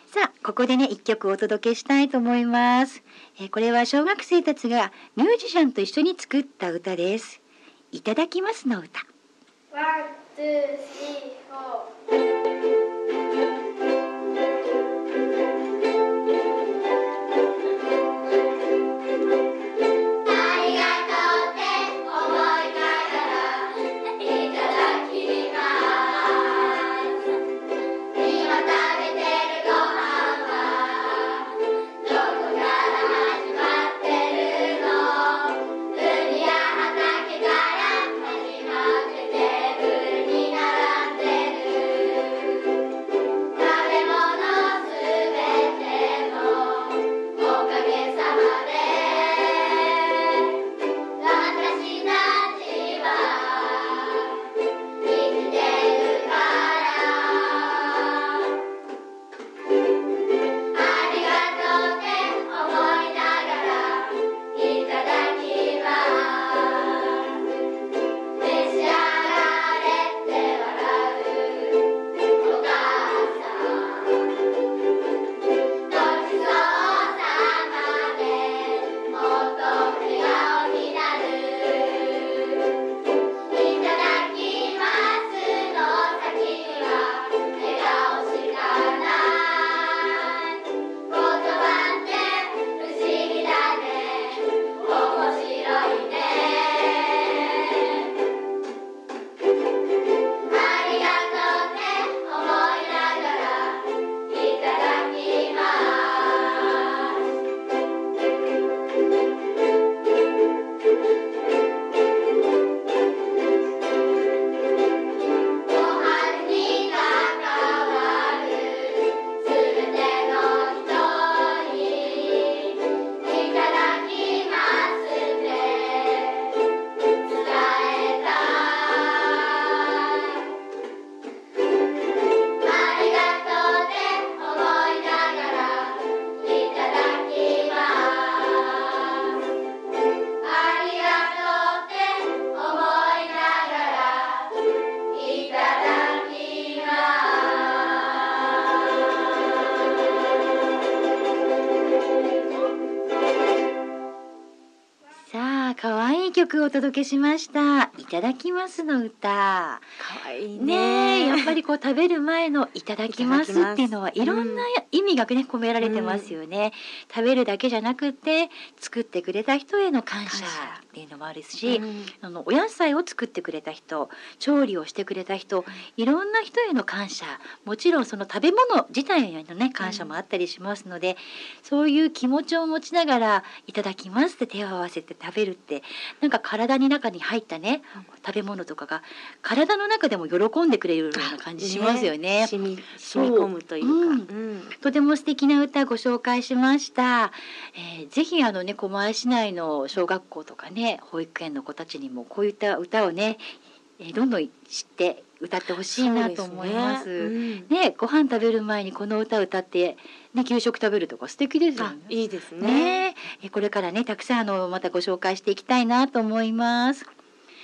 さあここでね一曲お届けしたいと思います。これは小学生たちがミュージシャンと一緒に作った歌です。いただきますの歌。 ワン、ツー、スリー、フォー。 可愛い曲をお届けしました。いただきますの歌。 可愛いね。やっぱりこう食べる前のいただきますっていうのはいろんな意味がね込められてますよね。食べるだけじゃなくて作ってくれた人への感謝っていうのもあるし、お野菜を作ってくれた人、調理をしてくれた人、いろんな人への感謝、もちろんその食べ物自体へのね感謝もあったりしますので、そういう気持ちを持ちながらいただきますって手を合わせて食べるってなんか体に中に入ったね、食べ物とかが体の中でも喜んでくれるような感じしますよね。 染み込むというか、 とても素敵な歌ご紹介しました。ぜひね狛江市内の小学校とかね保育園の子たちにもこういった歌をね、どんどん知って歌ってほしいなと思います。ね、ご飯食べる前にこの歌を歌ってね給食食べるとか素敵ですよね。 いいですね。 これからねたくさんまたご紹介していきたいなと思います。